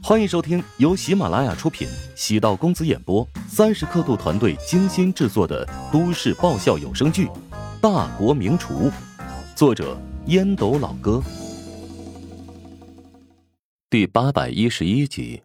欢迎收听由喜马拉雅出品，喜道公子演播，30刻度团队精心制作的都市爆笑有声剧《大国名厨》，作者烟斗老哥。第811集。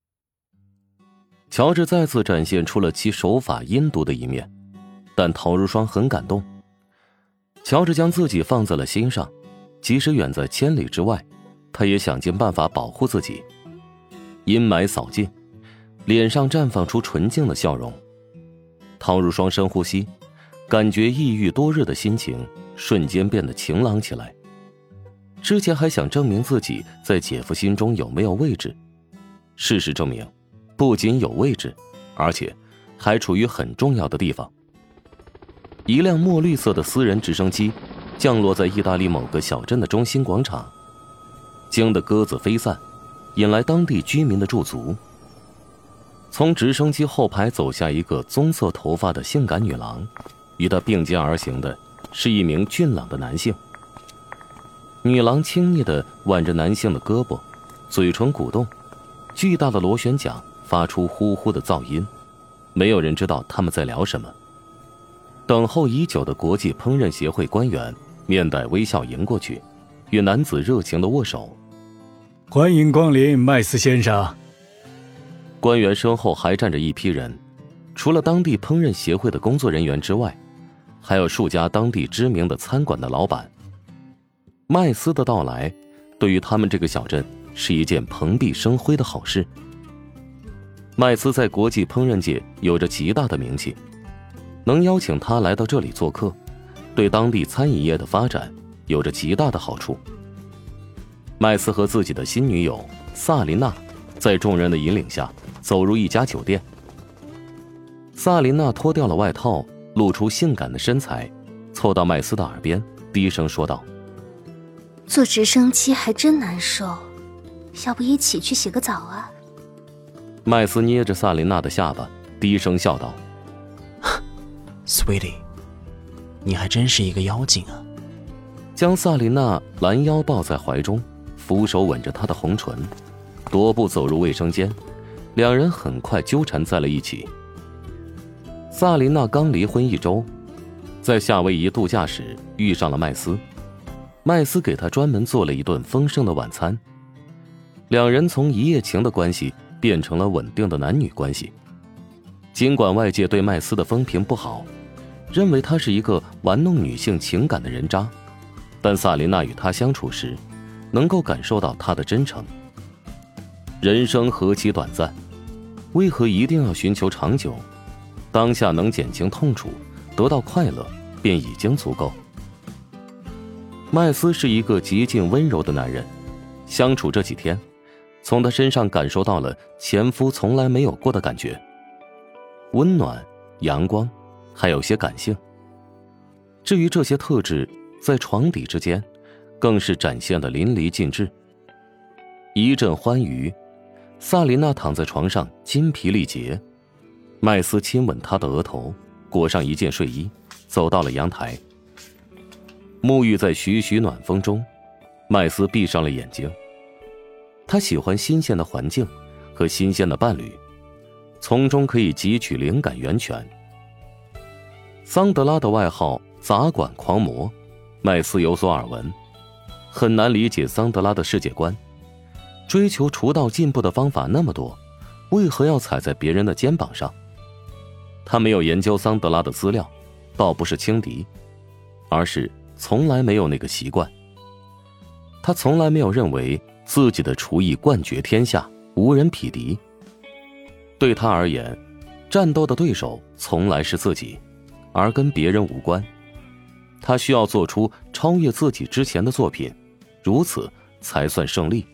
乔治再次展现出了其手法阴毒的一面，但陶如霜很感动。乔治将自己放在了心上，即使远在千里之外，他也想尽办法保护自己。阴霾扫尽，脸上绽放出纯净的笑容。陶如霜深呼吸，感觉抑郁多日的心情瞬间变得晴朗起来。之前还想证明自己在姐夫心中有没有位置，事实证明不仅有位置，而且还处于很重要的地方。一辆墨绿色的私人直升机降落在意大利某个小镇的中心广场，惊得鸽子飞散，引来当地居民的驻足。从直升机后排走下一个棕色头发的性感女郎，与她并肩而行的是一名俊朗的男性。女郎轻易地挽着男性的胳膊，嘴唇鼓动，巨大的螺旋桨发出呼呼的噪音，没有人知道他们在聊什么。等候已久的国际烹饪协会官员面带微笑迎过去，与男子热情地握手。 欢迎光临，麦斯先生。 官员身后还站着一批人，除了当地烹饪协会的工作人员之外，还有数家当地知名的餐馆的老板。麦斯的到来对于他们这个小镇是一件蓬荜生辉的好事。麦斯在国际烹饪界有着极大的名气，能邀请他来到这里做客，对当地餐饮业的发展有着极大的好处。麦斯和自己的新女友萨琳娜在众人的引领下走入一家酒店。萨琳娜脱掉了外套，露出性感的身材，凑到麦斯的耳边低声说道： 坐直升机还真难受，要不一起去洗个澡啊？ 麦斯捏着萨琳娜的下巴低声笑道 Sweetie， 你还真是一个妖精啊。 将萨琳娜拦腰抱在怀中，俯手吻着她的红唇，踱步走入卫生间，两人很快纠缠在了一起。萨琳娜刚离婚1周，在夏威夷度假时遇上了麦斯，麦斯给她专门做了一顿丰盛的晚餐，两人从一夜情的关系变成了稳定的男女关系。尽管外界对麦斯的风评不好，认为他是一个玩弄女性情感的人渣，但萨琳娜与他相处时能够感受到他的真诚。人生何其短暂，为何一定要寻求长久？当下能减轻痛楚，得到快乐便已经足够。麦斯是一个极尽温柔的男人，相处这几天，从他身上感受到了前夫从来没有过的感觉，温暖、阳光，还有些感性。至于这些特质，在床底之间更是展现得淋漓尽致。一阵欢愉，萨琳娜躺在床上筋疲力竭，麦斯亲吻她的额头，裹上一件睡衣，走到了阳台。沐浴在徐徐暖风中，麦斯闭上了眼睛。他喜欢新鲜的环境和新鲜的伴侣，从中可以汲取灵感源泉。桑德拉的外号杂管狂魔，麦斯有所耳闻，很难理解桑德拉的世界观。追求厨道进步的方法那么多，为何要踩在别人的肩膀上？他没有研究桑德拉的资料，倒不是轻敌，而是从来没有那个习惯。他从来没有认为自己的厨艺冠绝天下，无人匹敌。对他而言，战斗的对手从来是自己，而跟别人无关。他需要做出超越自己之前的作品，如此才算胜利。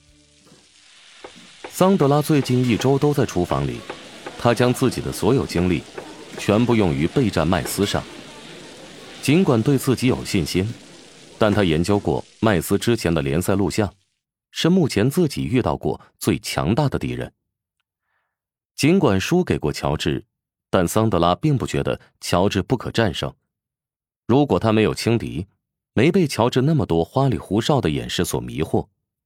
桑德拉最近1周都在厨房里，他将自己的所有精力全部用于备战麦斯上。尽管对自己有信心，但他研究过麦斯之前的联赛录像，是目前自己遇到过最强大的敌人。尽管输给过乔治，但桑德拉并不觉得乔治不可战胜。如果他没有轻敌，没被乔治那么多花里胡哨的掩饰所迷惑，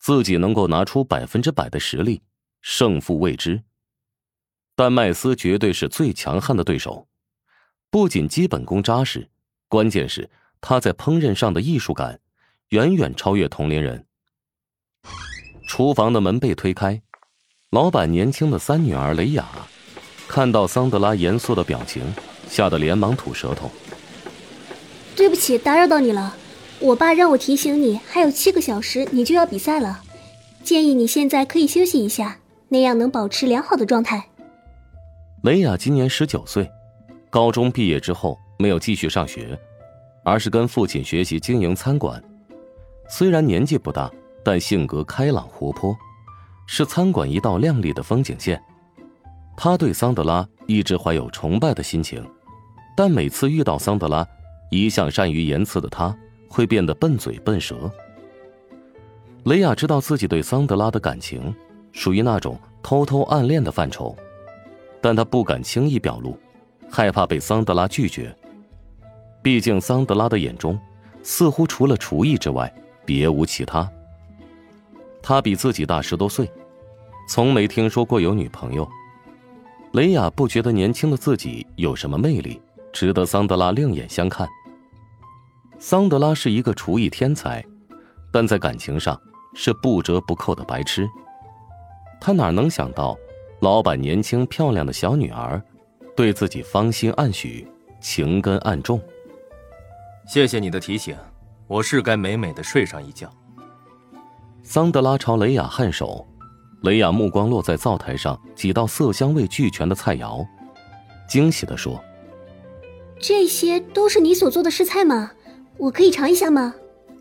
自己能够拿出100%的实力，胜负未知。但麦斯绝对是最强悍的对手，不仅基本功扎实，关键是他在烹饪上的艺术感远远超越同龄人。厨房的门被推开，老板年轻的3女儿雷雅看到桑德拉严肃的表情，吓得连忙吐舌头。 对不起，打扰到你了。我爸让我提醒你，还有7个小时你就要比赛了，建议你现在可以休息一下，那样能保持良好的状态。 雷雅今年19岁，高中毕业之后没有继续上学，而是跟父亲学习经营餐馆。虽然年纪不大，但性格开朗活泼，是餐馆一道亮丽的风景线。他对桑德拉一直怀有崇拜的心情，但每次遇到桑德拉，一向善于言辞的他会变得笨嘴笨舌。雷雅知道自己对桑德拉的感情属于那种偷偷暗恋的范畴，但他不敢轻易表露，害怕被桑德拉拒绝。毕竟桑德拉的眼中似乎除了厨艺之外别无其他。他比自己大10多岁，从没听说过有女朋友。雷雅不觉得年轻的自己有什么魅力，值得桑德拉另眼相看。桑德拉是一个厨艺天才，但在感情上是不折不扣的白痴。他哪能想到，老板年轻漂亮的小女儿对自己芳心暗许，情根暗种。 谢谢你的提醒，我是该美美的睡上一觉。 桑德拉朝雷雅颔首，雷雅目光落在灶台上几道色香味俱全的菜肴，惊喜地说： 这些都是你所做的试菜吗？我可以尝一下吗？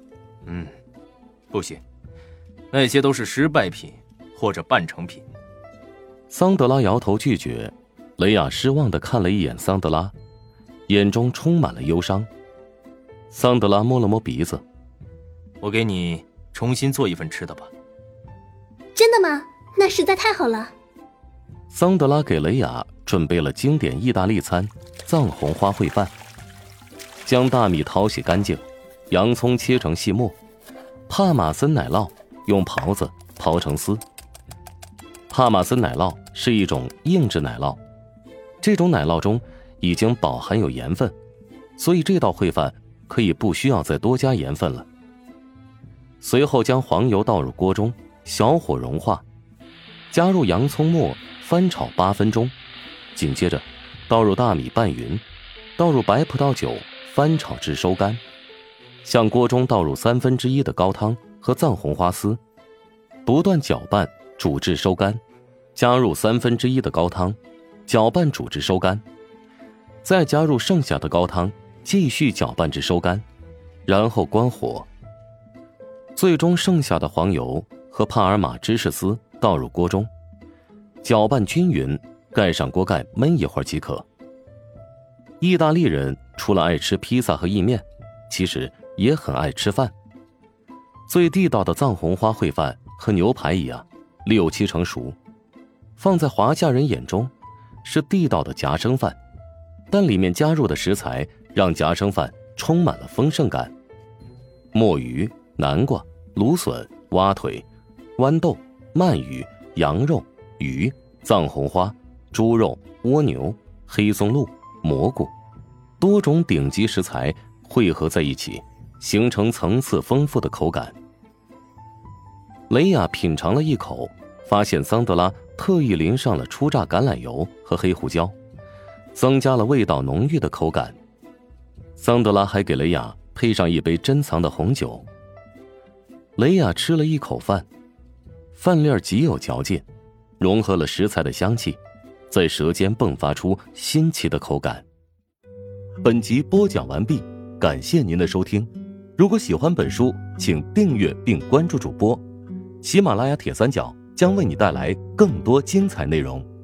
不行，那些都是失败品或者半成品。 桑德拉摇头拒绝。雷雅失望地看了一眼桑德拉，眼中充满了忧伤。桑德拉摸了摸鼻子： 我给你重新做一份吃的吧。 真的吗？那实在太好了。 桑德拉给雷雅准备了经典意大利餐藏红花烩饭，将大米淘洗干净，洋葱切成细末，帕玛森奶酪用刨子刨成丝。帕玛森奶酪是一种硬质奶酪，这种奶酪中已经饱含有盐分，所以这道烩饭可以不需要再多加盐分了。随后将黄油倒入锅中，小火融化，加入洋葱末翻炒8分钟，紧接着倒入大米拌匀，倒入白葡萄酒翻炒至收干，向锅中倒入1/3的高汤和藏红花丝，不断搅拌煮至收干，加入1/3的高汤，搅拌煮至收干，再加入剩下的高汤，继续搅拌至收干，然后关火。最终剩下的黄油和帕尔玛芝士丝倒入锅中，搅拌均匀，盖上锅盖焖一会儿即可。意大利人除了爱吃披萨和意面，其实也很爱吃饭。最地道的藏红花烩饭和牛排一样，6、7成熟，放在华夏人眼中是地道的夹生饭，但里面加入的食材让夹生饭充满了丰盛感。墨鱼、南瓜、芦笋、蛙腿、豌豆、鳗鱼、羊肉、鱼、藏红花、猪肉、蜗牛、黑松露、蘑菇，多种顶级食材汇合在一起，形成层次丰富的口感。雷雅品尝了一口，发现桑德拉特意淋上了初榨橄榄油和黑胡椒，增加了味道浓郁的口感。桑德拉还给雷雅配上一杯珍藏的红酒。雷雅吃了一口饭，饭粒极有嚼劲，融合了食材的香气，在舌尖迸发出新奇的口感。本集播讲完毕，感谢您的收听。如果喜欢本书，请订阅并关注主播。喜马拉雅铁三角将为你带来更多精彩内容。